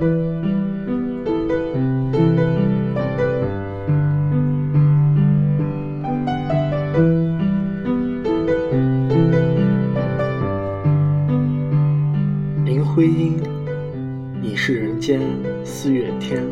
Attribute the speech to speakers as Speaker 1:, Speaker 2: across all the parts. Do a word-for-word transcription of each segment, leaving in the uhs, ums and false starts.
Speaker 1: 林徽因，你是人间四月天。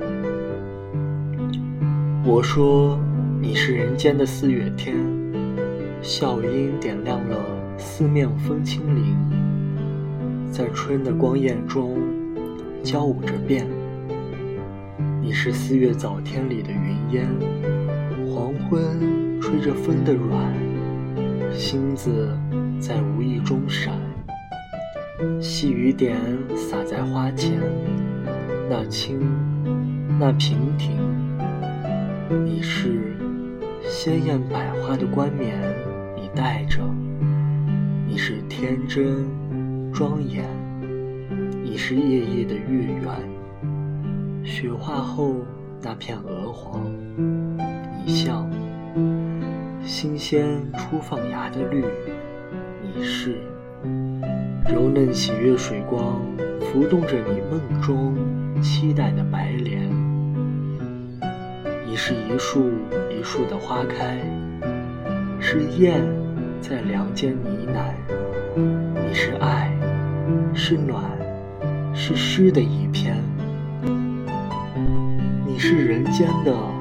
Speaker 1: 我说你是人间的四月天，笑音点亮了四面风清灵，在春的光艳中交舞着变。你是四月早天里的云烟，黄昏吹着风的软，星子在无意中闪，细雨点洒在花前，那轻那平挺。你是鲜艳百花的冠冕，你戴着，你是天真庄严，你是夜夜的月圆，雪化后那片鹅黄，你像新鲜初放芽的绿，你是柔嫩喜悦水光浮动着你梦中期待的白莲。你是一树一树的花开，是燕在梁间呢喃，你是爱，是暖，是诗的一篇。你是人间的